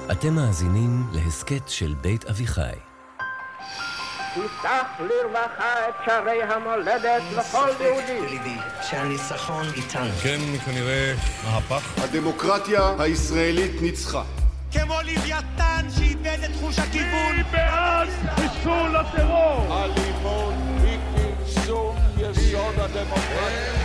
אתם מאזינים להסכת של בית אביחי. תפתח לרווחה את שערי המולדת לכל יהודי. שהניצחון איתנו. כן, כנראה מהפך. הדמוקרטיה הישראלית ניצחה. כמו לוויתן שאיבד את חוש הכיוון. מי בעד חיסול הטרור? אלימות היא כרסום יסוד הדמוקרטיה.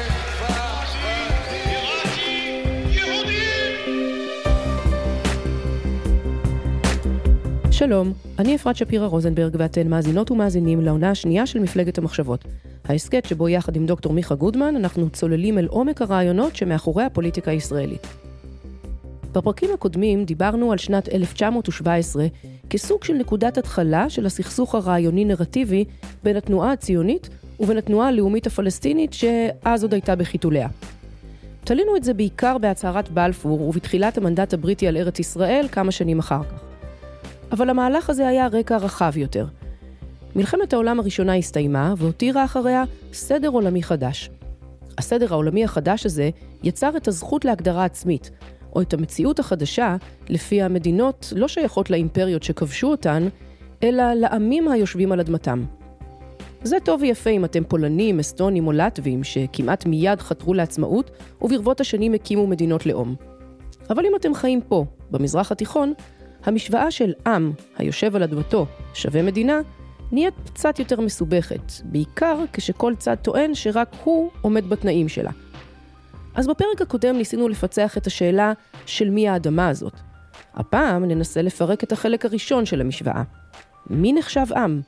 שלום, אני אפרת שפירה רוזנברג ואתן מאזינות ומאזינים לעונה השנייה של מפלגת המחשבות. ההסכת שבו יחד עם דוקטור מיכה גודמן אנחנו צוללים אל עומק הרעיונות שמאחורי הפוליטיקה הישראלית. בפרקים הקודמים דיברנו על שנת 1917 כסוג של נקודת התחלה של הסכסוך הרעיוני-נרטיבי בין התנועה הציונית ובין התנועה הלאומית הפלסטינית שאז עוד הייתה בחיתוליה. תלינו את זה בעיקר בהצהרת בלפור ובתחילת המנדט הבריטי על ארץ ישראל כמה שנים אחר כך. אבל המהלך הזה היה רקע רחב יותר. מלחמת העולם הראשונה הסתיימה והותירה אחריה סדר עולמי חדש. הסדר העולמי החדש הזה יצר את הזכות להגדרה עצמית, או את המציאות החדשה לפי המדינות לא שייכות לאימפריות שכבשו אותן, אלא לעמים היושבים על אדמתם. זה טוב ויפה אם אתם פולנים, אסטונים או לטבים שכמעט מיד חתרו לעצמאות וברבות השנים הקימו מדינות לאום. אבל אם אתם חיים פה, במזרח התיכון, המשוואה של עם היושב על אדמתו שווה מדינה נהיית קצת יותר מסובכת, בעיקר כשכל צד טוען שרק הוא עומד בתנאים שלה. אז בפרק הקודם ניסינו לפצח את השאלה של מי האדמה הזאת. הפעם ננסה לפרק את החלק הראשון של המשוואה. מי נחשב עם?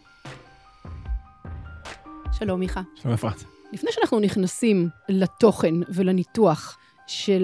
שלום מיכה. שלום אפרת. לפני שאנחנו נכנסים לתוכן ולניתוח של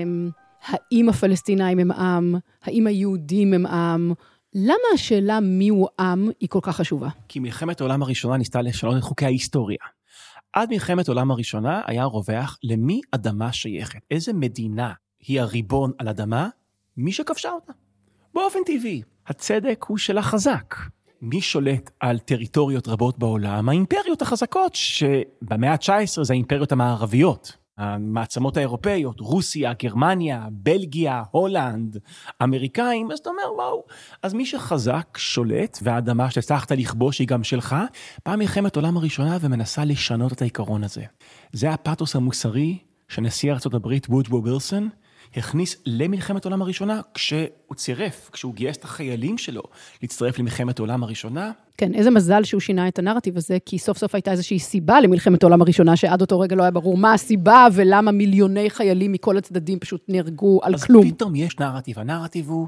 האם הפלסטינאים הם עם, האם היהודים הם עם, למה השאלה מי הוא עם היא כל כך חשובה? כי מלחמת העולם הראשונה ניסתה לשנות את חוקי ההיסטוריה. עד מלחמת העולם הראשונה היה רווח למי אדמה שייכת. איזה מדינה היא הריבון על אדמה? מי שכבשה אותה. באופן טבעי, הצדק הוא של החזק. מי שולט על טריטוריות רבות בעולם? האימפריות החזקות, שבמאה ה-19 זה האימפריות המערביות. המעצמות האירופאיות, רוסיה, גרמניה, בלגיה, הולנד, אמריקאים, אז אתה אומר, וואו, אז מי שחזק שולט, והאדמה שצריכת לכבוש היא גם שלך, פעם מלחמת העולם הראשונה ומנסה לשנות את העיקרון הזה. זה הפאתוס המוסרי שנשיא ארצות הברית, וודרו וילסון, הכניס למלחמת העולם הראשונה כשהוא צירף, כשהוא גייס את החיילים שלו להצטרף למלחמת העולם הראשונה. כן, איזה מזל שהוא שינה את הנרטיב הזה, כי סוף סוף הייתה איזושהי סיבה למלחמת העולם הראשונה, שעד אותו רגע לא היה ברור מה הסיבה ולמה מיליוני חיילים מכל הצדדים פשוט נהרגו על כלום. אז פתאום יש נרטיב. הנרטיב הוא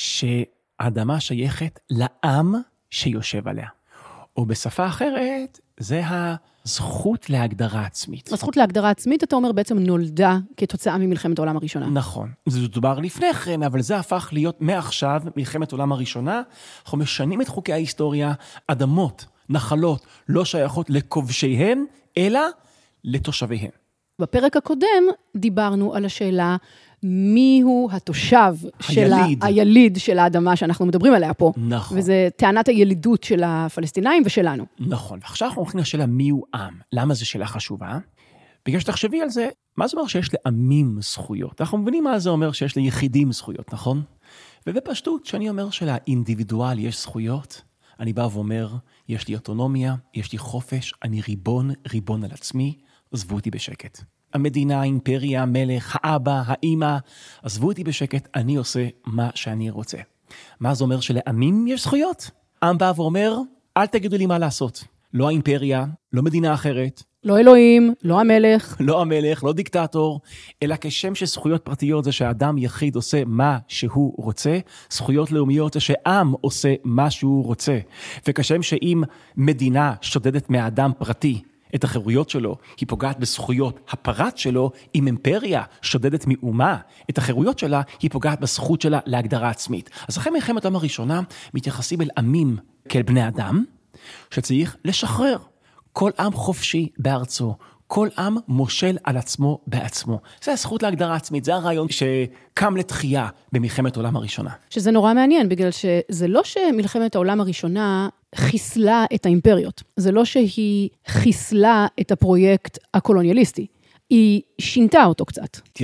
שהאדמה שייכת לעם שיושב עליה. או בשפה אחרת, זה הזכות להגדרה עצמית. הזכות להגדרה עצמית, אתה אומר, בעצם נולדה כתוצאה ממלחמת העולם הראשונה. נכון. זה דובר לפני כן, אבל זה הפך להיות מעכשיו, מלחמת העולם הראשונה. אנחנו משנים את חוקי ההיסטוריה, אדמות, נחלות, לא שייכות לכובשיהן, אלא לתושביהן. בפרק הקודם דיברנו על השאלה מיהו התושב של היליד של האדמה שאנחנו מדברים עליה פה. נכון. וזה טענת הילידות של הפלסטינאים ושלנו. נכון. ועכשיו אנחנו הולכים לשאלה מיהו עם. למה זו שאלה חשובה? בגלל שתחשבי על זה, מה זה אומר שיש לעמים זכויות? אנחנו מבינים מה זה אומר שיש ליחידים זכויות, נכון? ובפשטות, שאני אומר שלאינדיבידואל יש זכויות, אני בא ואומר, יש לי אוטונומיה, יש לי חופש, אני ריבון על עצמי, עזבו אותי בשקט. המדינה, האימפריה, המלך, האבא, האמא, עזבו אותי בשקט, אני עושה מה שאני רוצה. מה זה אומר שלעמים יש זכויות? עם בא ואומר, אל תגידו לי מה לעשות. לא האימפריה, לא מדינה אחרת. לא אלוהים, לא המלך. לא המלך, לא דיקטטור, אלא כשם שזכויות פרטיות זה שהאדם יחיד עושה מה שהוא רוצה, זכויות לאומיות זה שעם עושה מה שהוא רוצה. וכשם שאם מדינה שודדת מהאדם פרטי, את החירויות שלו, היא פוגעת בזכויות הפרט שלו, אם אימפריה שודדת מאומה את החירויות שלה, היא פוגעת בזכות שלה להגדרה עצמית. אז אחרי מלחמת העולם הראשונה, מתייחסים אל עמים כאל בני אדם, שצריך לשחרר. כל עם חופשי בארצו, כל עם מושל על עצמו בעצמו. זה הזכות להגדרה עצמית, זה הרעיון שקם לתחייה במלחמת העולם הראשונה. שזה נורא מעניין, בגלל שזה לא שמלחמת העולם הראשונה חיסלה את האימפריות. זה לא שהיא חיסלה את הפרויקט הקולוניאליסטי. היא שינתה אותו קצת. תראי,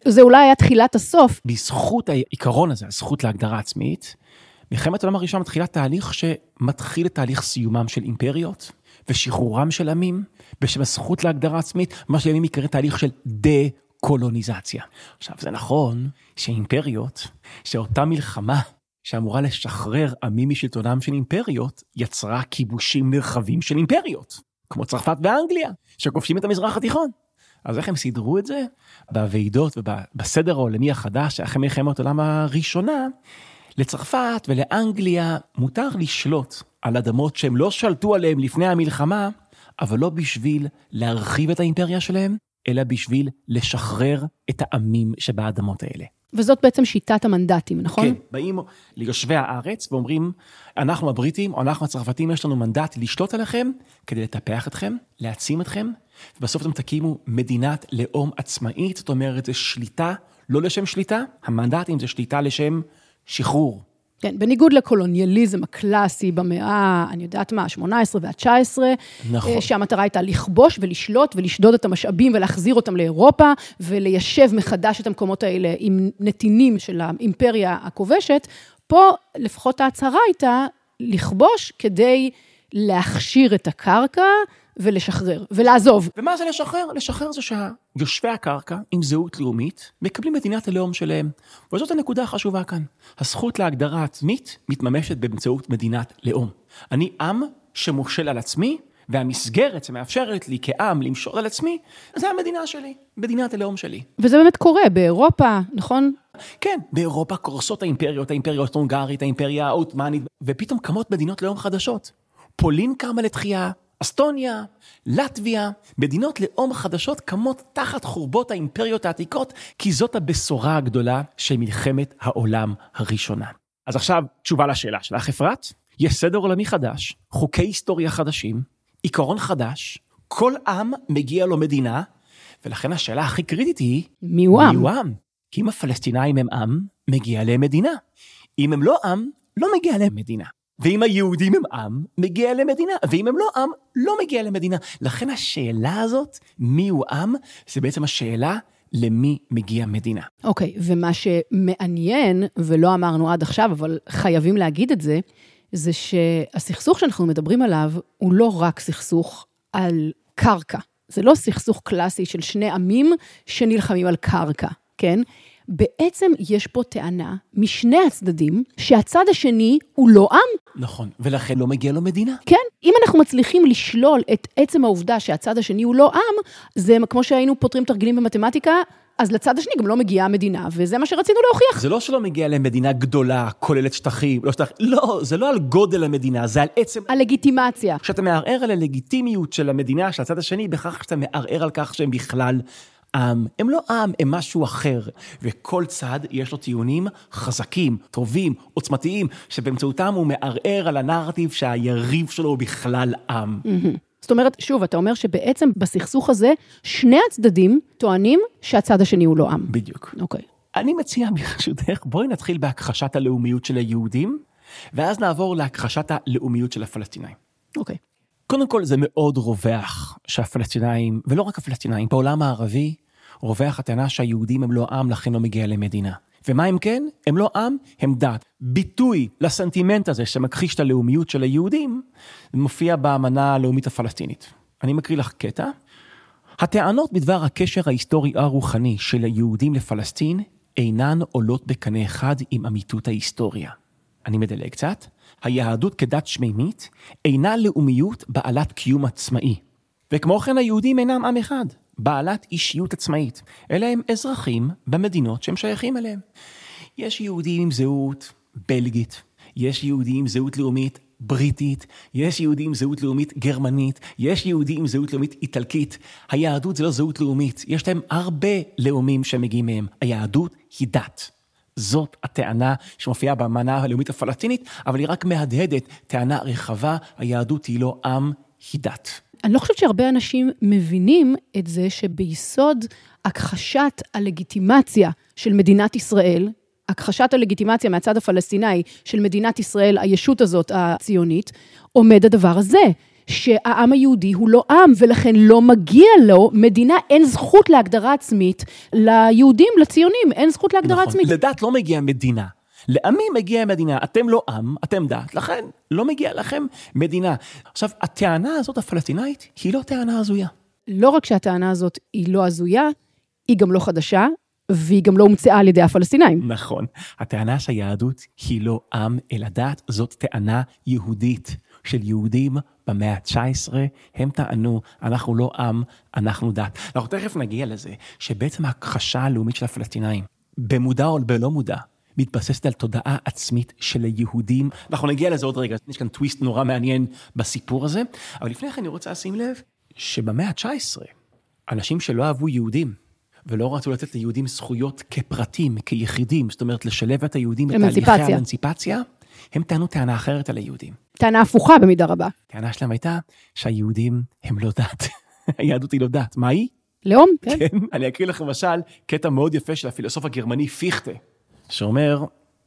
זה אולי היה תחילת הסוף. בזכות העיקרון הזה, הזכות להגדרה עצמית, מלחמת העולם הראשונה מתחילה תהליך שמתחיל את תהליך סיומם של אימפריות, ושחרורם של עמים, בשם הזכות להגדרה עצמית, מה שימים יקרא תהליך של דה-קולוניזציה. עכשיו, זה נכון שאימפריות, שאותה מלחמה שאמורה לשחרר עמים משלטונם של אימפריות, יצרה כיבושים נרחבים של אימפריות, כמו צרפת ואנגליה, שכובשים את המזרח התיכון. אז איך הם סידרו את זה? בוועידות ובסדר העולמי החדש, אחרי מלחמת העולם הראשונה, לצרפת ולאנגליה מותר לשלוט על אדמות שהם לא שלטו עליהם לפני המלחמה, אבל לא בשביל להרחיב את האימפריה שלהם, אלא בשביל לשחרר את העמים שבאדמות האלה. וזאת בעצם שיטת המנדטים, נכון? כן, באים ליושבי הארץ ואומרים, אנחנו הבריטים או אנחנו הצרפתים, יש לנו מנדט לשלוט עליכם, כדי לטפח אתכם, להעצים אתכם, ובסוף אתם תקימו מדינת לאום עצמאית, זאת אומרת, זה שליטה, לא לשם שליטה, המנדטים זה שליטה לשם שחרור. כן, בניגוד לקולוניאליזם הקלאסי במאה, אני יודעת מה, ה-18 וה-19, נכון. שהמטרה הייתה לכבוש ולשלוט ולשדוד את המשאבים ולהחזיר אותם לאירופה, וליישב מחדש את המקומות האלה עם נתינים של האימפריה הכובשת, פה לפחות ההצהרה הייתה לכבוש כדי להכשיר את הקרקע ולשחרר, ולעזוב. ומה זה לשחרר? לשחרר זה שיושבי הקרקע עם זהות לאומית מקבלים מדינת הלאום שלהם. וזאת הנקודה החשובה כאן. הזכות להגדרה עצמית מתממשת באמצעות מדינת לאום. אני עם שמושל על עצמי, והמסגרת שמאפשרת לי כעם למשול על עצמי, זה המדינה שלי, מדינת הלאום שלי. וזה באמת קורה באירופה, נכון? כן, באירופה קורסות האימפריות, האימפריה ההונגרית, האימפריה העות'מאנית, ופתאום קמות מדינות לאום חדשות. פולין קמה לתחייה, אסטוניה, לטביה, מדינות לאום חדשות קמות תחת חורבות האימפריות העתיקות, כי זאת הבשורה הגדולה של מלחמת העולם הראשונה. אז עכשיו תשובה לשאלה שלך, אפרת. יש סדר עולמי חדש, חוקי היסטוריה חדשים, עיקרון חדש, כל עם מגיע לו מדינה, ולכן השאלה הכי קריטית היא, מיהו עם? מיהו עם? כי אם הפלסטינאים הם עם, מגיע להם מדינה. אם הם לא עם, לא מגיע להם מדינה. ואם היהודים הם עם, מגיע להם מדינה. ואם הם לא עם, לא מגיע להם מדינה. לכן השאלה הזאת, מיהו עם, זה בעצם השאלה למי מגיע מדינה. אוקיי, ומה שמעניין, ולא אמרנו עד עכשיו, אבל חייבים להגיד את זה, זה שהסכסוך שאנחנו מדברים עליו, הוא לא רק סכסוך על קרקע. זה לא סכסוך קלאסי של שני עמים שנלחמים על קרקע, כן? בעצם יש פה טענה משני הצדדים, שהצד השני הוא לא עם. נכון, ולכן לא מגיע לו מדינה. כן, אם אנחנו מצליחים לשלול את עצם העובדה שהצד השני הוא לא עם, זה כמו שהיינו פותרים תרגילים במתמטיקה, אז לצד השני גם לא מגיעה המדינה, וזה מה שרצינו להוכיח. זה לא שלא מגיע להם מדינה גדולה, כוללת שטחים, לא שטחים, לא, זה לא על גודל המדינה, זה על עצם... הלגיטימציה. כשאתה מערער על הלגיטימיות של המדינה, של הצד השני, בכך שאתה מערער על כך שהם בכלל עם. הם לא עם, הם משהו אחר. וכל צד יש לו טיעונים חזקים, טובים, עוצמתיים, שבאמצעותם הוא מערער על הנרטיב שהיריב שלו הוא בכלל עם. זאת אומרת, שוב, אתה אומר שבעצם בסכסוך הזה, שני הצדדים טוענים שהצד השני הוא לא עם. בדיוק. אוקיי. אני מציע ברשותך, בואי נתחיל בהכחשת הלאומיות של היהודים, ואז נעבור להכחשת הלאומיות של הפלסטינאים. אוקיי. קודם כל, זה מאוד רווח שהפלסטינאים, ולא רק הפלסטינאים, בעולם הערבי, רווח הטענה שהיהודים הם לא עם, לכן לא מגיע למדינה. ומה הם כן? הם לא עם, הם דת. ביטוי לסנטימנט הזה שמכחיש את הלאומיות של היהודים, מופיע באמנה הלאומית הפלסטינית. אני מקריא לך קטע. הטענות בדבר הקשר ההיסטורי הרוחני של היהודים לפלסטין אינן עולות בקנה אחד עם אמיתות ההיסטוריה. אני מדלג קצת. היהדות כדת שמימית אינה לאומיות בעלת קיום עצמאי. וכמו כן היהודים אינם עם אחד, בעלת אישיות עצמאית, אלא הם אזרחים במדינות שהם שייכים אליהם. יש יהודים עם זהות בלגית, יש יהודים עם זהות לאומית בריטית, יש יהודים עם זהות לאומית גרמנית, יש יהודים עם זהות לאומית איטלקית. היהדות זה לא זהות לאומית, יש להם הרבה לאומים שמגיעים מהם. היהדות היא דת. זאת הטענה שמופיעה באמנה הלאומית הפלסטינית, אבל היא רק מהדהדת טענה רחבה, היהדות היא לא עם, היא דת. אני לא חושבת שהרבה אנשים מבינים את זה שביסוד הכחשת הלגיטימציה של מדינת ישראל, הכחשת הלגיטימציה מהצד הפלסטיני של מדינת ישראל, הישות הזאת הציונית, עומד הדבר הזה, שהעם היהודי הוא לא עם, ולכן לא מגיע לו מדינה, אין זכות להגדרה עצמית ליהודים, לציונים, אין זכות להגדרה עצמית. לדת לא מגיע מדינה. לעמים מגיע מדינה, אתם לא עם, אתם דת, לכן לא מגיע לכם מדינה. עכשיו, הטענה הזאת הפלסטינאית היא לא טענה הזויה. לא רק שהטענה הזאת היא לא הזויה, היא גם לא חדשה, והיא גם לא הומצאה על ידי הפלסטינאים. נכון. הטענה שהיהדות היא לא עם אלא דת, זאת טענה יהודית של יהודים במאה ה-19. הם טענו, אנחנו לא עם, אנחנו דת. אנחנו תכף נגיע לזה, שבעצם ההכחשה הלאומית של הפלסטינאים, במודע או בלא מודע, מתבססת על תודעה עצמית של היהודים. אנחנו נגיע לזה עוד רגע, יש כאן טוויסט נורא מעניין בסיפור הזה, אבל לפני כן אני רוצה לשים לב, שבמאה ה-19, אנשים שלא אהבו יהודים, ולא רצו לתת ליהודים זכויות כפרטים, כיחידים, זאת אומרת, לשלב את היהודים בתהליכי האמנציפציה, הם טענו טענה אחרת על היהודים. טענה הפוכה במידה רבה. טענה שלהם הייתה שהיהודים הם לא דת. היהדות היא לא דת. מה היא? לאום, כן. כן. אני אקריא לכם למשל קטע מאוד יפה של הפילוסוף הגרמני פיכטה, שאומר,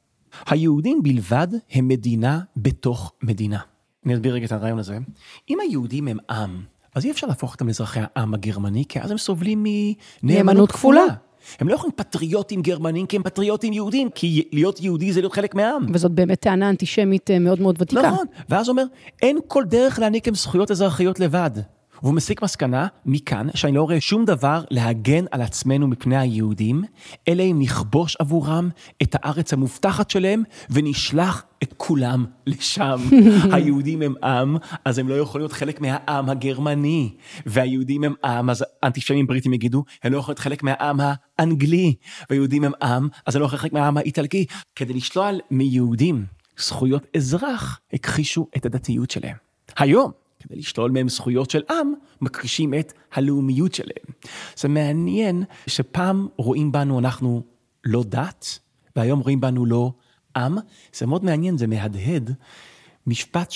היהודים בלבד הם מדינה בתוך מדינה. אני אסביר רגע את הרעיון הזה. אם היהודים הם עם, אז אי אפשר להפוך אותם לאזרחי העם הגרמני, כי אז הם סובלים מנאמנות כפולה. הם לא יכולים פטריוטים גרמנים, כי הם פטריוטים יהודים, כי להיות יהודי זה להיות חלק מהעם. וזאת באמת טענה אנטישמית מאוד מאוד ותיקה. נכון, ואז אומר, אין כל דרך להעניק הם זכויות אזרחיות לבד. והוא מסיק מסקנה מכאן, שאני לא רואה שום דבר להגן על עצמנו מפני היהודים, אלא אם נכבוש עבורם את הארץ המובטחת שלהם, ונשלח את כולם לשם. היהודים הם עם, אז הם לא יכולים להיות חלק מהעם הגרמני, והיהודים הם עם, אז אנטישמים בריטים יגידו, הם לא יכולים להיות חלק מהעם האנגלי, והיהודים הם עם, אז הם לא יכולים להיות חלק מהעם האיטלקי. כדי לשלול מיהודים זכויות אזרח, הכחישו את הדתיות שלהם. היום, כדי לשלול מהם זכויות של עם, מכחישים את הלאומיות שלהם. זה מעניין שפעם רואים בנו אנחנו לא דת, והיום רואים בנו לא עם. זה מאוד מעניין, זה מהדהד. משפט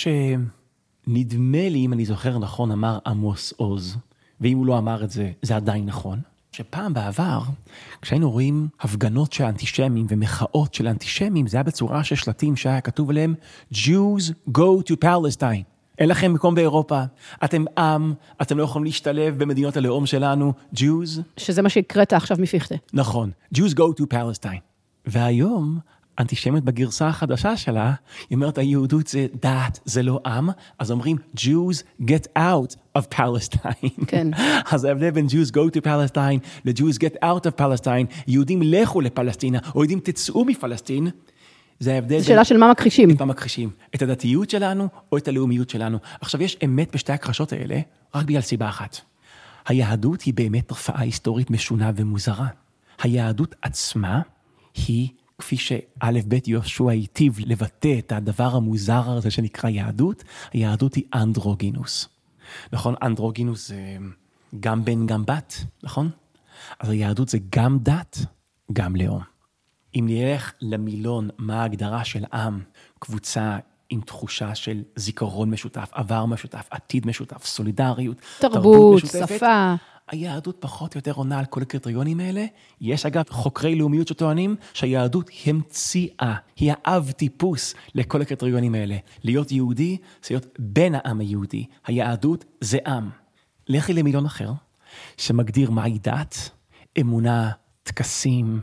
שנדמה לי, אם אני זוכר נכון, אמר עמוס עוז, ואם הוא לא אמר את זה, זה עדיין נכון. שפעם בעבר, כשהיינו רואים הפגנות של אנטישמים ומחאות של אנטישמים, זה היה בצורה של שלטים שהיה כתוב עליהם, Jews go to Palestine. אין לכם מקום באירופה, אתם עם, אתם לא יכולים להשתלב במדינות הלאום שלנו, Jews. שזה מה שהקראת עכשיו מפיכטה. נכון, Jews go to Palestine. והיום, אנטישמית בגרסה החדשה שלה, היא אומרת, היהודות זה דת, זה לא עם, אז אומרים, Jews get out of Palestine. כן. אז ההבדל בין Jews go to Palestine, ל-Jews get out of Palestine, יהודים לכו לפלסטינה, או יהודים תצאו מפלסטין, זה ההבדל. זו שאלה של מה מכחישים. את מה מכחישים. את הדתיות שלנו או את הלאומיות שלנו. עכשיו יש אמת בשתי הכחשות האלה, רק בגלל סיבה אחת. היהדות היא באמת תופעה היסטורית משונה ומוזרה. היהדות עצמה היא, כפי שא' ב' יהושע היטיב לבטא את הדבר המוזר הזה שנקרא יהדות, היהדות היא אנדרוגינוס. נכון? אנדרוגינוס זה גם בן גם בת, נכון? אז היהדות זה גם דת, גם לאום. אם נלך למילון, מה ההגדרה של עם, קבוצה עם תחושה של זיכרון משותף, עבר משותף, עתיד משותף, סולידריות, תרבות משותפת, שפה. היהדות פחות או יותר עונה על כל הקריטריונים האלה. יש אגב חוקרי לאומיות שטוענים שהיהדות המציאה, היא האב טיפוס לכל הקריטריונים האלה. להיות יהודי זה להיות בן העם היהודי. היהדות זה עם. לכי למילון אחר, שמגדיר מהי דת, אמונה, טקסים,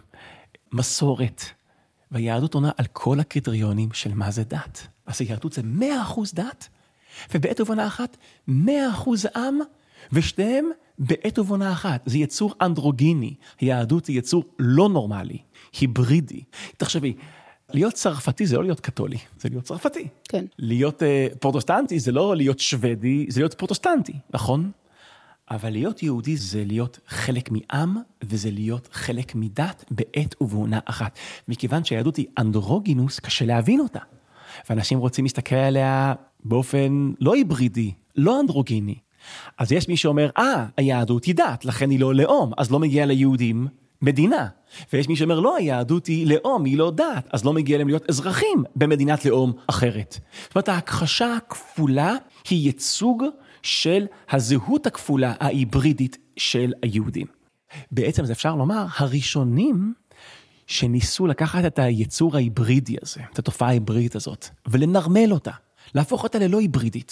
מסורת, והיהדות עונה על כל הקריטריונים של מה זה דת. אז היהדות זה 100% דת, ובעת ובעונה אחת 100% עם, ושתיהם בעת ובעונה אחת. זה יצור אנדרוגיני. היהדות זה יצור לא נורמלי, היברידי. תחשבי, להיות צרפתי זה לא להיות קתולי, זה להיות צרפתי. כן. להיות פרוטסטנטי זה לא להיות שוודי, זה להיות פרוטסטנטי, נכון? אבל להיות יהודי זה להיות חלק מעם, וזה להיות חלק מדת בעת ובעונה אחת. מכיוון שהיהדות היא אנדרוגינוס, קשה להבין אותה. ואנשים רוצים להסתכל עליה באופן לא היברידי, לא אנדרוגיני. אז יש מי שאומר, היהדות היא דת, לכן היא לא לאום, אז לא מגיע ליהודים מדינה. ויש מי שאומר, לא, היהדות היא לאום, היא לא דת, אז לא מגיע להם להיות אזרחים במדינת לאום אחרת. זאת אומרת, ההכחשה הכפולה היא ייצוג של הזהות הכפולה ההיברידית של היהודים. בעצם זה אפשר לומר, הראשונים שניסו לקחת את היצור ההיברידי הזה, את התופעה ההיברידית הזאת, ולנרמל אותה, להפוך אותה ללא היברידית,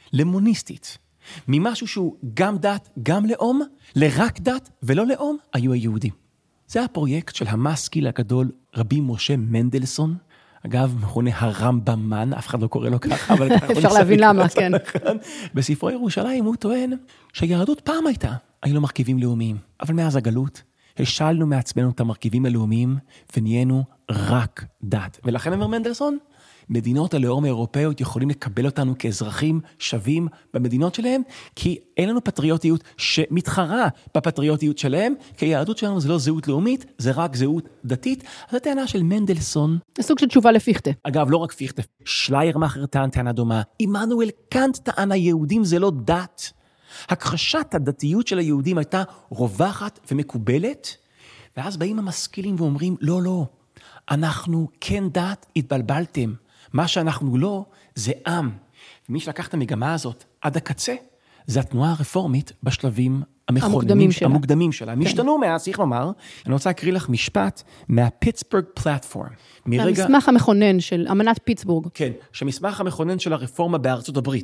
למוניסטית. ממשהו שהוא גם דת, גם לאום, לרק דת ולא לאום, היו היהודים. זה הפרויקט של המשכיל הגדול רבי משה מנדלסון, אגב, מכונה הרמב"מן, אף אחד לא קורא לו ככה, אבל אפשר להבין למה, כן. בספרו ירושלים הוא טוען שהיהדות פעם היו לו מרכיבים לאומיים, אבל מאז הגלות השלנו מעצמנו את המרכיבים הלאומיים ונהיינו רק דת. ולכן אומר מנדלסון, מדינות הלאום האירופאיות יכולים לקבל אותנו כאזרחים שווים במדינות שלהם, כי אין לנו פטריוטיות שמתחרה בפטריוטיות שלהם, כי היהדות שלנו זה לא זהות לאומית, זה רק זהות דתית. אז הטענה של מנדלסון... זה סוג של תשובה לפיכטה. אגב, לא רק פיכטה, שליירמאכר טען טענה דומה, עמנואל קאנט טען היהודים זה לא דת. הכחשת הדתיות של היהודים הייתה רווחת ומקובלת, ואז באים המשכילים ואומרים, לא, לא, אנחנו כן דת, התבלבלתם. מה שאנחנו לא, זה עם. ומי שלקח את המגמה הזאת עד הקצה, זה התנועה הרפורמית בשלבים המוקדמים שלה. הם השתנו מאז, צריך לומר, אני רוצה להקריא לך משפט מהפיטסבורג פלטפורם. המסמך המכונן של אמנת פיטסבורג. כן, שמסמך המכונן של הרפורמה בארצות הברית.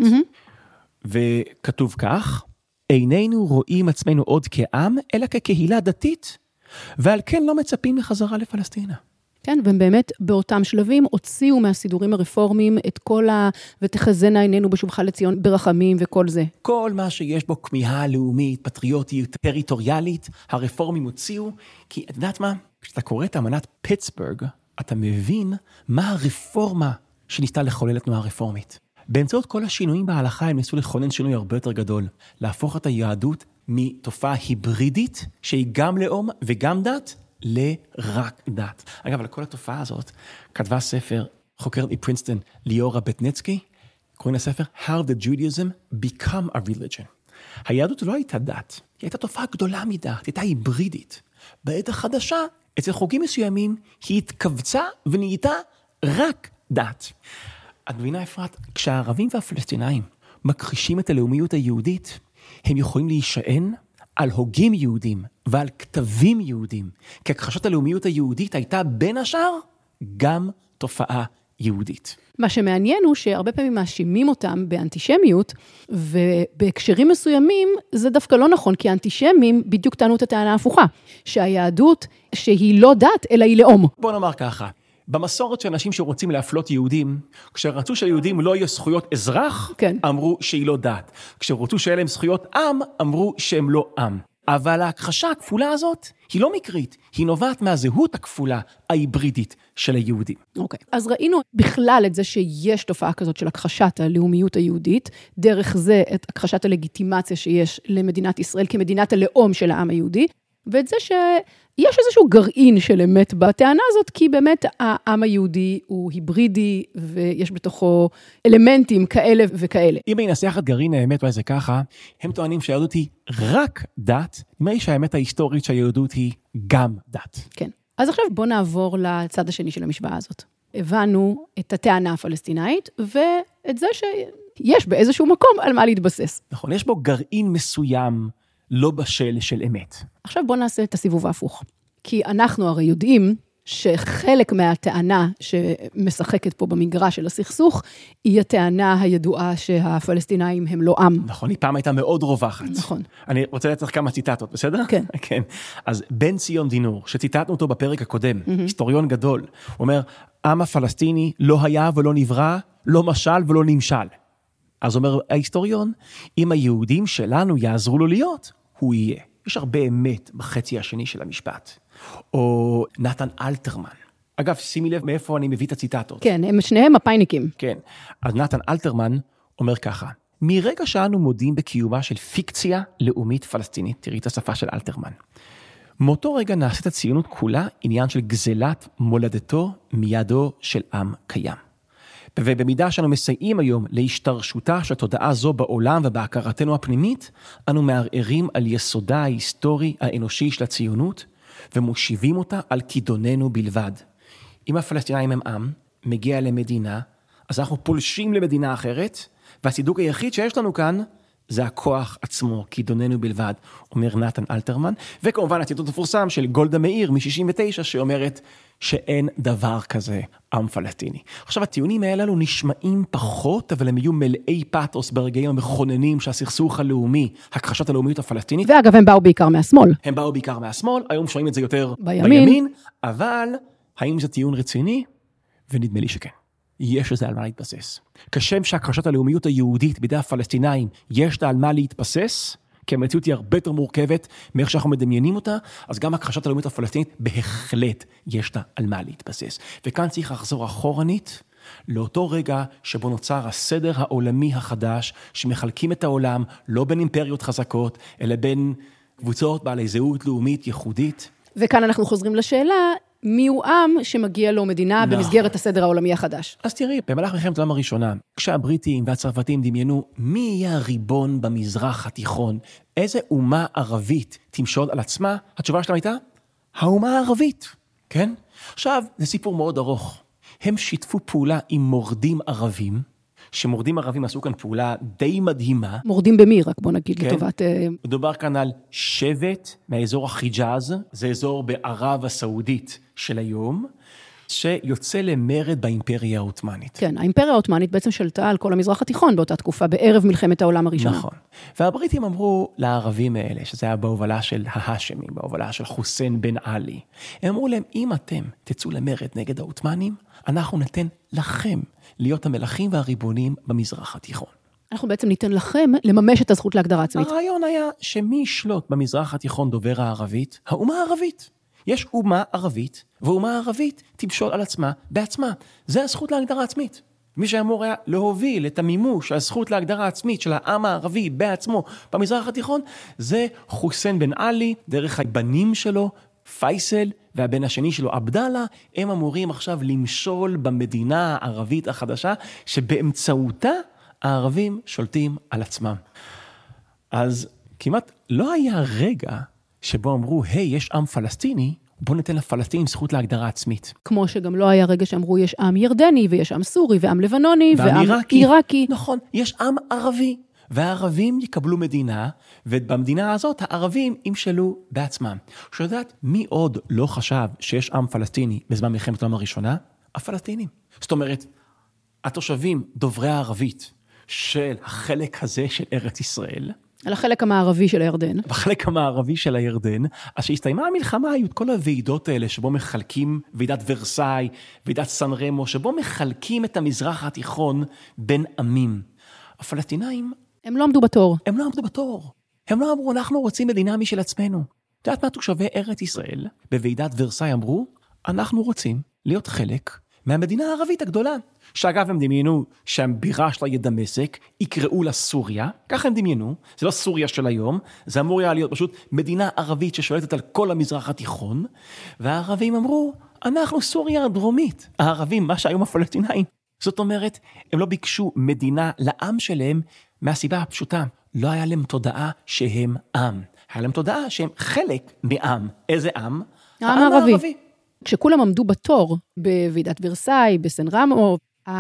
וכתוב כך, איננו רואים עצמנו עוד כעם, אלא כקהילה דתית, ועל כן לא מצפים לחזרה לפלסטינה. כן, והם באמת באותם שלבים הוציאו מהסידורים הרפורמיים את כל ותחזינה עינינו בשובך לציון ברחמים וכל זה. כל מה שיש בו כמיהה לאומית, פטריוטית, טריטוריאלית, הרפורמים הוציאו, כי את יודעת מה? כשאתה קורא את אמנת פיטסבורג, אתה מבין מה הרפורמה שניסתה לחולל התנועה הרפורמית. באמצעות כל השינויים בהלכה הם ניסו לכונן שינוי הרבה יותר גדול, להפוך את היהדות מתופעה היברידית, שהיא גם לאום וגם דת, לרק דת. אגב, על כל התופעה הזאת, כתבה ספר חוקרת מפרינסטון, ליאורה בטנצקי, קוראים לספר How did Judaism become a religion. היהדות לא הייתה דת, היא הייתה תופעה גדולה מדת, היא הייתה היברידית. בעת החדשה, אצל חוגים מסוימים, היא התכווצה ונהייתה רק דת. את מבינה, אפרת, כשהערבים והפלסטינאים מכחישים את הלאומיות היהודית, הם יכולים להישען על הוגים יהודים ועל כתבים יהודים, כי הכחשת הלאומיות היהודית הייתה בין השאר גם תופעה יהודית. מה שמעניין הוא שהרבה פעמים מאשימים אותם באנטישמיות, ובהקשרים מסוימים זה דווקא לא נכון, כי האנטישמים בדיוק טענו את הטענה ההפוכה, שהיהדות שהיא לא דת אלא היא לאום. בוא נאמר ככה, במסורת של אנשים שרוצים להפלות יהודים, כשרצו שהיהודים לא יהיו זכויות אזרח, כן. אמרו שהיא לא דת. כשרצו שיהיה להם זכויות עם, אמרו שהם לא עם. אבל ההכחשה הכפולה הזאת היא לא מקרית, היא נובעת מהזהות הכפולה ההיברידית של היהודים. אוקיי. אז ראינו בכלל את זה שיש תופעה כזאת של הכחשת הלאומיות היהודית, דרך זה את הכחשת הלגיטימציה שיש למדינת ישראל כמדינת הלאום של העם היהודי, ואת זה שיש איזשהו גרעין של אמת בטענה הזאת, כי באמת העם היהודי הוא היברידי, ויש בתוכו אלמנטים כאלה וכאלה. אם אני אנסח את גרעין האמת, אולי זה ככה, הם טוענים שהיהדות היא רק דת, נראה לי שהאמת ההיסטורית שהיהדות היא גם דת. כן. אז עכשיו בוא נעבור לצד השני של המשוואה הזאת. הבנו את הטענה הפלסטינאית, ואת זה שיש באיזשהו מקום על מה להתבסס. נכון, יש בו גרעין מסוים, לא בשל של אמת. עכשיו בוא נעשה את הסיבוב ההפוך. כי אנחנו הרי יודעים שחלק מהטענה שמשחקת פה במגרש של הסכסוך, היא הטענה הידועה שהפלסטינאים הם לא עם. נכון, היא פעם הייתה מאוד רווחת. נכון. אני רוצה לתת כמה ציטטות, בסדר? כן. כן. אז בן ציון דינור, שציטטנו אותו בפרק הקודם, היסטוריון גדול, הוא אומר, עם הפלסטיני לא היה ולא נברא, לא משל ולא נמשל. אז אומר ההיסטוריון, אם היהודים שלנו יעזרו לו להיות, הוא יהיה. יש הרבה אמת בחצי השני של המשפט. או נתן אלתרמן. אגב, שימי לב מאיפה אני מביא את הציטטות. כן, הם שניהם מפאיניקים. כן. אז נתן אלתרמן אומר ככה, מרגע שאנו מודים בקיומה של פיקציה לאומית פלסטינית, תראי את השפה של אלתרמן, מאותו רגע נעשית הציונות כולה עניין של גזלת מולדתו מידו של עם קיים. ובמידה שאנו מסייעים היום להשתרשותה של תודעה זו בעולם ובהכרתנו הפנימית, אנו מערערים על יסודה ההיסטורי האנושי של הציונות, ומושיבים אותה על כידוננו בלבד. אם הפלסטינאים הם עם, מגיע למדינה, אז אנחנו פולשים למדינה אחרת, והצידוק היחיד שיש לנו כאן, זה הכוח עצמו, כי דוננו בלבד, אומר נתן אלתרמן, וכמובן הציטוט המפורסם של גולדה מאיר מ-69, שאומרת שאין דבר כזה עם פלסטיני. עכשיו, הטיעונים האלו נשמעים פחות, אבל הם יהיו מלאי פאתוס ברגעים המכוננים שהסכסוך הלאומי, הכחשת הלאומיות הפלסטינית. ואגב, הם באו בעיקר מהשמאל. הם באו בעיקר מהשמאל, היום שומעים את זה יותר בימין, אבל האם זה טיעון רציני? ונדמה לי שכן. יש לזה על מה להתבסס. כשם שהכחשת הלאומיות היהודית בידי הפלסטינאים, יש לה על מה להתבסס, כי המציאות היא הרבה יותר מורכבת מאיך שאנחנו מדמיינים אותה, אז גם הכחשת הלאומיות הפלסטינית בהחלט יש לה על מה להתבסס. וכאן צריך לחזור אחורנית, לאותו רגע שבו נוצר הסדר העולמי החדש, שמחלקים את העולם לא בין אימפריות חזקות, אלא בין קבוצות בעלי זהות לאומית ייחודית. וכאן אנחנו חוזרים לשאלה, מי הוא עם שמגיע לו מדינה במסגרת הסדר העולמי החדש? אז תראי, במהלך מלחמת העולם הראשונה, כשהבריטים והצרפתים דמיינו מי יהיה הריבון במזרח התיכון, איזה אומה ערבית תמשול על עצמה, התשובה שלהם הייתה, האומה הערבית, כן? עכשיו, זה סיפור מאוד ארוך. הם שיתפו פעולה עם מורדים ערבים, שמורדים ערבים עשו כאן פעולה די מדהימה. מורדים במי, רק בוא נגיד כן. לטובת... מדובר כאן על שבט מהאזור החיג'אז, זה אזור בערב הסעודית של היום, שיוצא למרד באימפריה העות'מאנית. כן, האימפריה העות'מאנית בעצם שלטה על כל המזרח התיכון באותה תקופה, בערב מלחמת העולם הראשונה. נכון. והבריטים אמרו לערבים האלה, שזה היה בהובלה של ההשמים, בהובלה של חוסיין בן עלי, הם אמרו להם, אם אתם תצאו למרד נגד העות'מאנים, אנחנו ניתן לכם להיות המלכים והריבונים במזרח התיכון. אנחנו בעצם ניתן לכם לממש את הזכות להגדרה עצמית. הרעיון היה שמי ישלוט במזרח התיכון דובר הערבית? האומה הערבית. יש אומה ערבית, ואומה ערבית תמשול על עצמה בעצמה. זה הזכות להגדרה עצמית. מי שאמור היה להוביל את המימוש, הזכות להגדרה עצמית של העם הערבי בעצמו במזרח התיכון, זה חוסיין בן עלי, דרך הבנים שלו, פייסל, והבן השני שלו, עבדאללה, הם אמורים עכשיו למשול במדינה הערבית החדשה, שבאמצעותה הערבים שולטים על עצמם. אז כמעט לא היה רגע שבו אמרו, היי, יש עם פלסטיני, בוא ניתן לפלסטינים זכות להגדרה עצמית. כמו שגם לא היה רגע שאמרו, יש עם ירדני, ויש עם סורי, ועם לבנוני, ועם עיראקי. נכון, יש עם ערבי, והערבים יקבלו מדינה, ובמדינה הזאת הערבים ימשלו בעצמם. שיודעת, מי עוד לא חשב שיש עם פלסטיני בזמן מלחמת העולם הראשונה? הפלסטינים. זאת אומרת, התושבים דוברי הערבית של החלק הזה של ארץ ישראל, על החלק המערבי של הירדן. בחלק המערבי של הירדן, אז שהסתיימה המלחמה, היו את כל הוועידות האלה, שבו מחלקים ועידת ורסאי, ועידת סן רמו, שבו מחלקים את המזרח התיכון בין עמים. הפלסטינאים, הם לא עמדו בתור. הם לא עמדו בתור. הם לא אמרו, אנחנו רוצים מדינה משל עצמנו. את יודעת מה תושבי ארץ ישראל, בוועידת ורסאי אמרו, אנחנו רוצים להיות חלק מהמדינה הערבית הגדולה. שאגב הם דמיינו שהבירה שלה יהיה דמשק, יקראו לה סוריה, ככה הם דמיינו, זה לא סוריה של היום, זה אמור היה להיות פשוט מדינה ערבית ששולטת על כל המזרח התיכון, והערבים אמרו, אנחנו סוריה הדרומית, הערבים, מה שהיום הפלסטינאים. זאת אומרת, הם לא ביקשו מדינה לעם שלהם, מהסיבה הפשוטה, לא היה להם תודעה שהם עם, היה להם תודעה שהם חלק מעם. איזה עם? העם הערבי. כשכולם עמדו בתור בוועידת ורסאי, בסן רמו,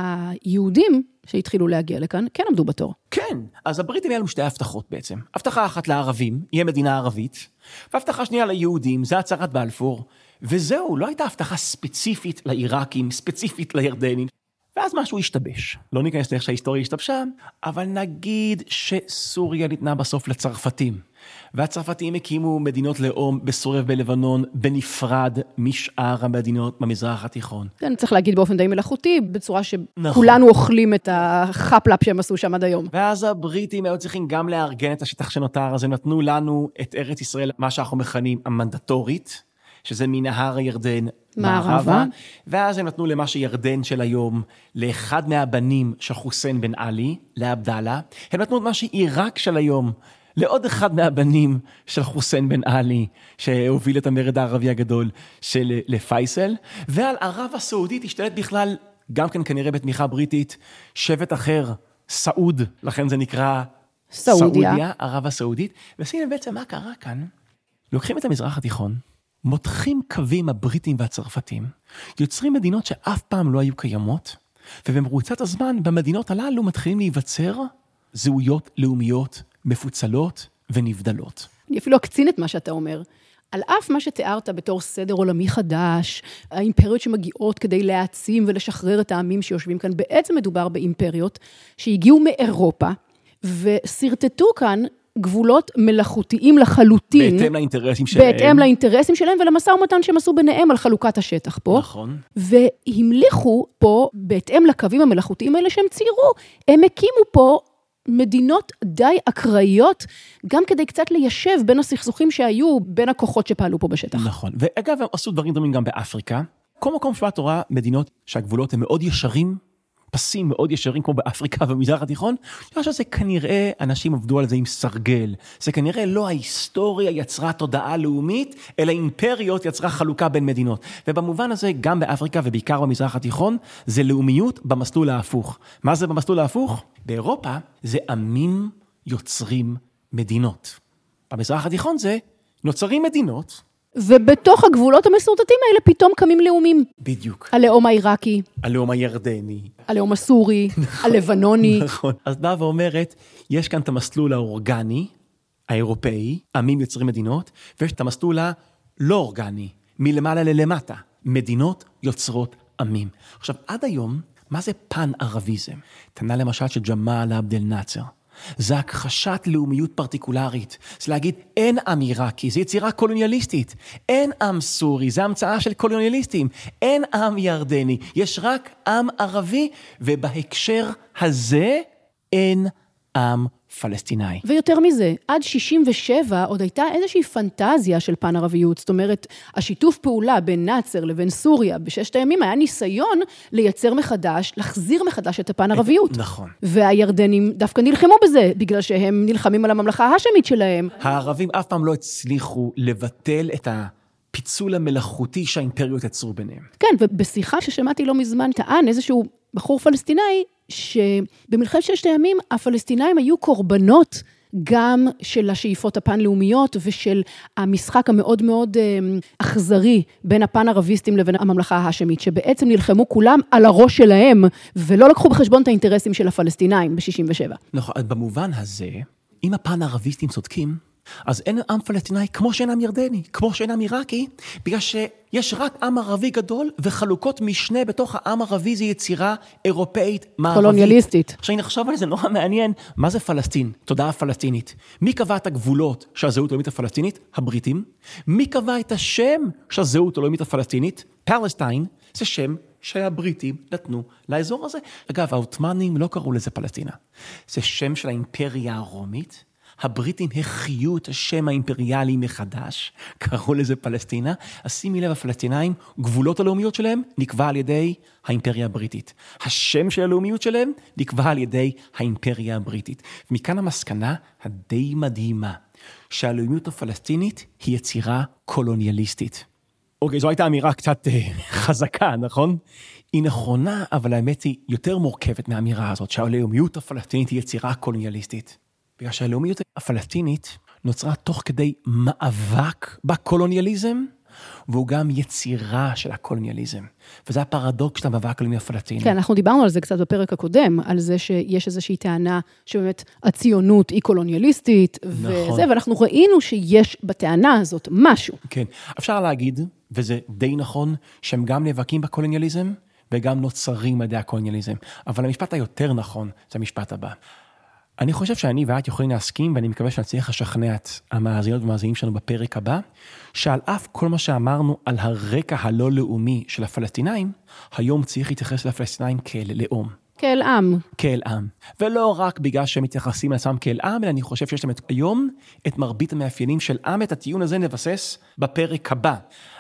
היהודים שהתחילו להגיע לכאן, כן עמדו בתור. כן, אז הבריטים היה להם שתי הבטחות בעצם. הבטחה אחת לערבים, יהיה מדינה ערבית, והבטחה שנייה ליהודים, זה הצהרת בלפור, וזהו, לא הייתה הבטחה ספציפית לעיראקים, ספציפית לירדנים, ואז משהו השתבש. לא ניכנס לאיך שההיסטוריה השתבשה, אבל נגיד שסוריה ניתנה בסוף לצרפתים, והצרפתים הקימו מדינות לאום בסוריה ובלבנון, בנפרד משאר המדינות במזרח התיכון. כן, צריך להגיד באופן די מלאכותי, בצורה שכולנו אוכלים את החפלאפ שהם עשו שם עד היום. ואז הבריטים היו צריכים גם לארגן את השטח שנותר, אז הם נתנו לנו את ארץ ישראל, מה שאנחנו מכנים המנדטורית, שזה מנהר הירדן מערבה, ואז הם נתנו למה שירדן של היום, לאחד מהבנים של חוסיין בן עלי, לעבדאללה, הם נתנו את מה שעיראק של היום, לעוד אחד מהבנים של חוסיין בן עלי, שהוביל את המרד הערבי הגדול של לפייסל, ועל ערב הסעודית השתלט בכלל, גם כן כנראה בתמיכה בריטית, שבט אחר, סעוד, לכן זה נקרא סעודיה, ערב הסעודית, ושימו בעצם מה קרה כאן, לוקחים את המזרח התיכון, מותחים קווים הבריטים והצרפתים, יוצרים מדינות שאף פעם לא היו קיימות, ובמרוצת הזמן במדינות הללו מתחילים להיווצר זהויות לאומיות מפוצלות ונבדלות. אני אפילו אקצין את מה שאתה אומר. על אף מה שתיארת בתור סדר עולמי חדש, האימפריות שמגיעות כדי להעצים ולשחרר את העמים שיושבים כאן, בעצם מדובר באימפריות שהגיעו מאירופה, וסרטטו כאן גבולות מלאכותיים לחלוטין. בהתאם לאינטרסים שלהם. בהתאם לאינטרסים שלהם, ולמשא ומתן שהם עשו ביניהם על חלוקת השטח פה. נכון. והמליכו פה, בהתאם לקווים המלאכותיים האלה שהם ציירו, הם הקימו פה מדינות די אקראיות, גם כדי קצת ליישב בין הסכסוכים שהיו, בין הכוחות שפעלו פה בשטח. נכון. ואגב, הם עשו דברים דומים גם באפריקה. כל מקום שבא תורה, מדינות שהגבולות הם מאוד ישרים, פסים מאוד ישרים כמו באפריקה ובמזרח התיכון, שזה כנראה, אנשים עבדו על זה עם סרגל, זה כנראה לא ההיסטוריה יצרה תודעה לאומית, אלא אימפריות יצרה חלוקה בין מדינות. ובמובן הזה, גם באפריקה ובעיקר במזרח התיכון, זה לאומיות במסלול ההפוך. מה זה במסלול ההפוך? באירופה זה עמים יוצרים מדינות. במזרח התיכון זה נוצרים מדינות, ובתוך הגבולות המסורטטים האלה פתאום קמים לאומים. בדיוק. הלאום העיראקי. הלאום הירדני. הלאום הסורי. הלבנוני. נכון. אז באה ואומרת, יש כאן את המסלול האורגני, האירופאי, עמים יוצרים מדינות, ויש את המסלול הלא אורגני, מלמעלה ללמטה, מדינות יוצרות עמים. עכשיו, עד היום, מה זה פן-ערביזם? תנה למשל של ג'מאל עבד אל-נאצר. זה הכחשת לאומיות פרטיקולרית. זה להגיד, אין עם עיראקי, זה יצירה קולוניאליסטית. אין עם סורי, זה המצאה של קולוניאליסטים. אין עם ירדני, יש רק עם ערבי, ובהקשר הזה אין עם פלסטיני. ויותר מזה, עד 67 עוד הייתה איזושהי פנטזיה של פן ערביות, זאת אומרת, השיתוף פעולה בין נאצר לבין סוריה בששת הימים היה ניסיון לייצר מחדש, להחזיר מחדש את הפן ערביות. נכון. והירדנים דווקא נלחמו בזה, בגלל שהם נלחמים על הממלכה ההשמית שלהם. הערבים אף פעם לא הצליחו לבטל את הפיצול המלאכותי שהאימפריות יצרו ביניהם. כן, ובשיחה ששמעתי לא מזמן, טען איזשהו בחור פלסטיני, שבמלחמת ששת הימים הפלסטינאים היו קורבנות גם של השאיפות הפן-לאומיות ושל המשחק המאוד מאוד אכזרי בין הפן-ערביסטים לבין הממלכה ההשמית, שבעצם נלחמו כולם על הראש שלהם, ולא לקחו בחשבון את האינטרסים של הפלסטינאים ב-67. נכון, במובן הזה, אם הפן-ערביסטים צודקים, אז אין עם פלסטיני כמו שאין עם ירדני, כמו שאין עם עיראקי, בגלל שיש רק עם ערבי גדול, וחלוקות משנה בתוך העם ערבי זה יצירה אירופאית מערבית. קולוניאליסטית. עכשיו נחשוב על זה נורא מעניין, מה זה פלסטין? תודעה פלסטינית. מי קבע את הגבולות של הזהות הלאומית הפלסטינית? הבריטים. מי קבע את השם של הזהות הלאומית הפלסטינית? פלסטיין, זה שם שהבריטים נתנו לאזור הזה. אגב, העות'מאנים לא קראו לזה פלסטינה. זה שם של האימפריה הרומית. הבריטים החיו את השם האימפריאלי מחדש, קראו לזה פלסטינה, אז שימי לב, הפלסטינאים, גבולות הלאומיות שלהם נקבע על ידי האימפריה הבריטית. השם של הלאומיות שלהם נקבע על ידי האימפריה הבריטית. ומכאן המסקנה הדי מדהימה, שהלאומיות הפלסטינית היא יצירה קולוניאליסטית. אוקיי, זו הייתה אמירה קצת חזקה, נכון? היא נכונה, אבל האמת היא יותר מורכבת מהאמירה הזאת, שהלאומיות הפלסטינית היא יצירה קולוניאליסטית. בגלל שהלאומיות הפלסטינית נוצרה תוך כדי מאבק בקולוניאליזם, והוא גם יצירה של הקולוניאליזם. וזה הפרדוקס של המאבק הלאומי הפלסטיני. כן, אנחנו דיברנו על זה קצת בפרק הקודם, על זה שיש איזושהי טענה שבאמת הציונות היא קולוניאליסטית, נכון. וזה, ואנחנו ראינו שיש בטענה הזאת משהו. כן, אפשר להגיד, וזה די נכון, שהם גם נאבקים בקולוניאליזם, וגם נוצרים על ידי הקולוניאליזם. אבל המשפט היותר נכון, זה המשפט הבא. אני חושב שאני ואת יכולים להסכים, ואני מקווה שנצליח לשכנע את המאזינות ומאזינים שלנו בפרק הבא, שעל אף כל מה שאמרנו על הרקע הלא לאומי של הפלסטינאים, היום צריך להתייחס לפלסטינאים כאל לאום. כאל עם. כאל עם. ולא רק בגלל שהם מתייחסים לעצמם כאל עם, אלא אני חושב שיש להם היום את מרבית המאפיינים של עם. את הטיעון הזה נבסס בפרק הבא.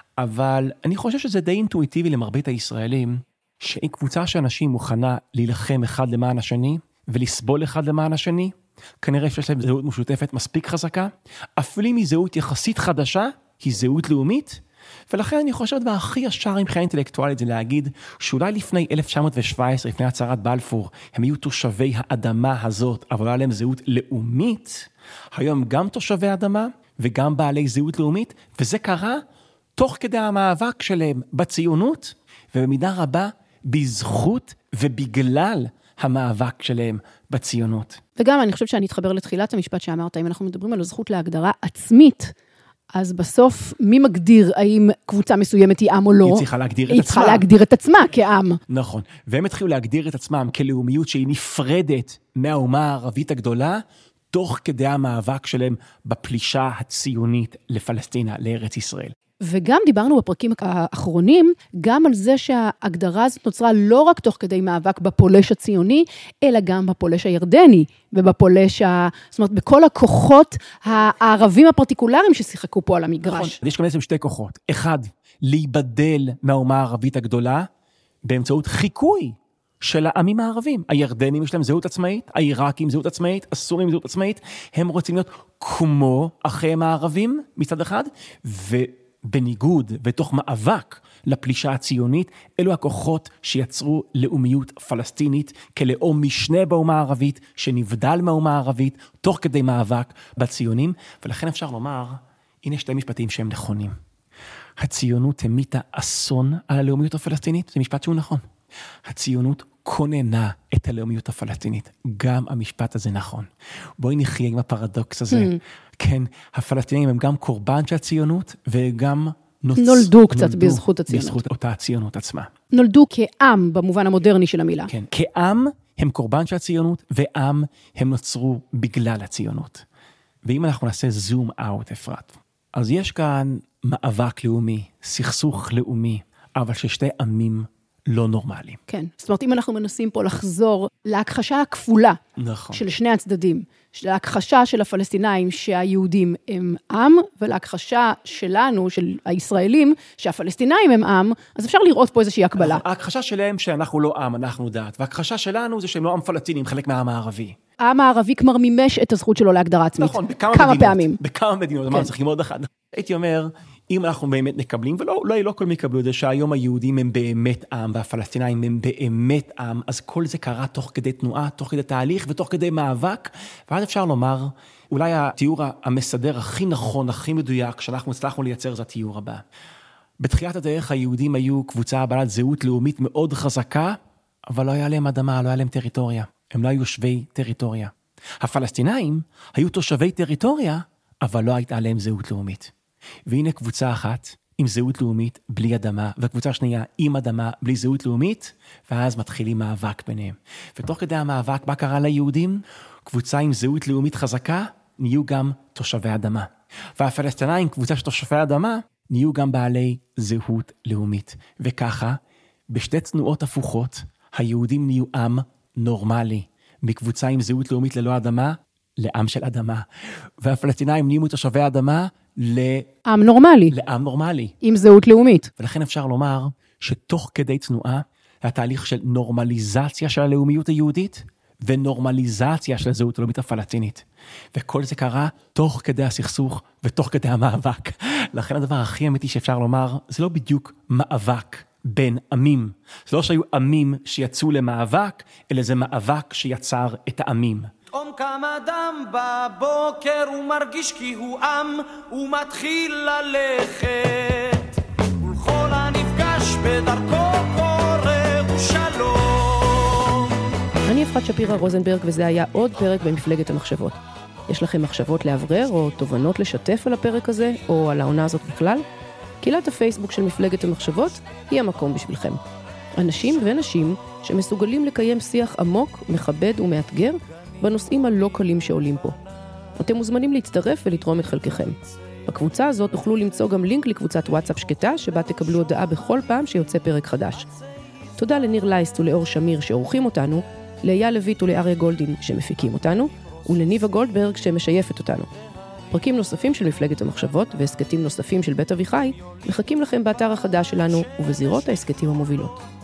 אבל אני חושב שזה די אינטואיטיבי למרבית הישראלים, שאם קבוצה שאנשים מוכנה להילחם אחד למען השני, ולסבול אחד למען השני, כנראה שיש להם זהות משותפת מספיק חזקה, אפילו אם היא זהות יחסית חדשה, היא זהות לאומית, ולכן אני חושב דבר הכי ישר מבחינה אינטלקטואלית זה להגיד, שאולי לפני 1917, לפני הצהרת בלפור, הם היו תושבי האדמה הזאת, אבל היה להם זהות לאומית, היום גם תושבי האדמה, וגם בעלי זהות לאומית, וזה קרה תוך כדי המאבק שלהם בציונות, ובמידה רבה בזכות ובגלל המאבק שלהם בציונות. וגם אני חושב שאני אתחבר לתחילת המשפט שאמרת, אם אנחנו מדברים על הזכות להגדרה עצמית, אז בסוף, מי מגדיר האם קבוצה מסוימת היא עם או לא? היא צריכה להגדיר את עצמה. היא צריכה להגדיר את עצמה כעם. נכון. והם התחילו להגדיר את עצמם כלאומיות שהיא נפרדת מהאומה הערבית הגדולה, תוך כדי המאבק שלהם בפלישה הציונית לפלסטינה, לארץ ישראל. וגם דיברנו בפרקים האחרונים, גם על זה שההגדרה הזאת נוצרה לא רק תוך כדי מאבק בפולש הציוני, אלא גם בפולש הירדני, ובפולש, זאת אומרת, בכל הכוחות הערבים הפרטיקולריים ששיחקו פה על המגרש. נכון. יש כאן בעצם שתי כוחות. אחד, להיבדל מהאומה הערבית הגדולה, באמצעות חיקוי של העמים הערבים. הירדנים יש להם זהות עצמאית, העיראקים זהות עצמאית, הסורים זהות עצמאית, הם רוצים להיות כמו אחיהם הערבים מצד אחד, ובניגוד ותוך מאבק לפלישה הציונית, אלו הכוחות שיצרו לאומיות פלסטינית, כלאום משנה באומה הערבית, שנבדל מהאומה הערבית, תוך כדי מאבק בציונים, ולכן אפשר לומר, הנה שתי משפטים שהם נכונים. הציונות המיתה אסון על הלאומיות הפלסטינית, זה משפט שהוא נכון. הציונות כוננה את הלאומיות הפלסטינית. גם המשפט הזה נכון. בואי נחיה עם הפרדוקס הזה. כן, הפלסטינים הם גם קורבן של הציונות, וגם נולדו קצת בזכות הציונות. בזכות אותה הציונות עצמה. נולדו כעם במובן המודרני של המילה. כן, כעם הם קורבן של הציונות, ועם הם נוצרו בגלל הציונות. ואם אנחנו נעשה זום אאוט, אפרת, אז יש כאן מאבק לאומי, סכסוך לאומי, אבל ששתי עמים לא נורמליים. כן, זאת אומרת, אם אנחנו מנסים פה לחזור להכחשה הכפולה נכון. של שני הצדדים, להכחשה של הפלסטינאים שהיהודים הם עם, ולהכחשה שלנו, של הישראלים, שהפלסטינאים הם עם, אז אפשר לראות פה איזושהי הקבלה. ההכחשה שלהם שאנחנו לא עם, אנחנו דת, וההכחשה שלנו זה שהם לא עם פלסטינים, חלק מהעם הערבי. העם הערבי כבר מימש את הזכות שלו להגדרה עצמית. נכון, כמה פעמים. בכמה מדינות, אמרנו, צריכים עוד אחד. הייתי אומר, אם אנחנו באמת נקבלים, ולא כל מי יקבלו את זה, שהיום היהודים הם באמת עם, והפלסטינאים הם באמת עם, אז כל זה קרה תוך כדי תנועה, תוך כדי תהליך, ותוך כדי מאבק, ואז אפשר לומר, אולי התיאור המסדר הכי נכון, הכי מדויק, שאנחנו הצלחנו לייצר, זה התיאור הבא. בתחילת הדרך היהודים היו קבוצה בעלת זהות לאומית מאוד חזקה, אבל לא היה להם אדמה, לא היה להם טריטוריה. הם לא היו שווי טריטוריה. הפלסטינאים היו תושבי טריטוריה, אבל לא הייתה להם זהות לאומית. והנה קבוצה אחת עם זהות לאומית בלי אדמה, וקבוצה שנייה עם אדמה בלי זהות לאומית, ואז מתחילים מאבק ביניהם. ותוך כדי המאבק, מה קרה ליהודים? קבוצה עם זהות לאומית חזקה, נהיו גם תושבי אדמה. והפלסטינאים, קבוצה של תושבי אדמה, נהיו גם בעלי זהות לאומית. וככה, בשתי תנועות הפוכות, היהודים נהיו עם נורמלי, מקבוצה עם זהות לאומית ללא אדמה, לעם של אדמה. והפלסטינאים נהיו תושבי אדמה, עם נורמלי. לעם נורמלי. עם זהות לאומית. ולכן אפשר לומר שתוך כדי תנועה, התהליך של נורמליזציה של הלאומיות היהודית, ונורמליזציה של הזהות הלאומית הפלסטינית. וכל זה קרה תוך כדי הסכסוך, ותוך כדי המאבק. לכן הדבר הכי אמיתי שאפשר לומר, זה לא בדיוק מאבק בין עמים. זה לא שהיו עמים שיצאו למאבק, אלא זה מאבק שיצר את העמים. פתאום קם אדם בבוקר ומרגיש כי הוא עם ומתחיל ללכת ולכל הנפגש בדרכו קורא ושלום. אני אפרת שפירא רוזנברג, וזה היה עוד פרק במפלגת המחשבות. יש לכם מחשבות לאברר או תובנות לשתף על הפרק הזה או על העונה הזאת בכלל? קהילת הפייסבוק של מפלגת המחשבות היא המקום בשבילכם. אנשים ונשים שמסוגלים לקיים שיח עמוק, מכבד ומאתגר בנושאים הלא קלים שעולים פה. אתם מוזמנים להצטרף ולתרום את חלקכם. בקבוצה הזאת תוכלו למצוא גם לינק לקבוצת וואטסאפ שקטה, שבה תקבלו הודעה בכל פעם שיוצא פרק חדש. תודה לניר לייסט ולאור שמיר שעורכים אותנו, לאייל לויט ולאריה גולדין שמפיקים אותנו, ולניבה גולדברג שמשייפת אותנו. פרקים נוספים של מפלגת המחשבות והסקטים נוספים של בית אביחי מחכים לכם באתר החדש שלנו ובזירות ההסקטים המובילות.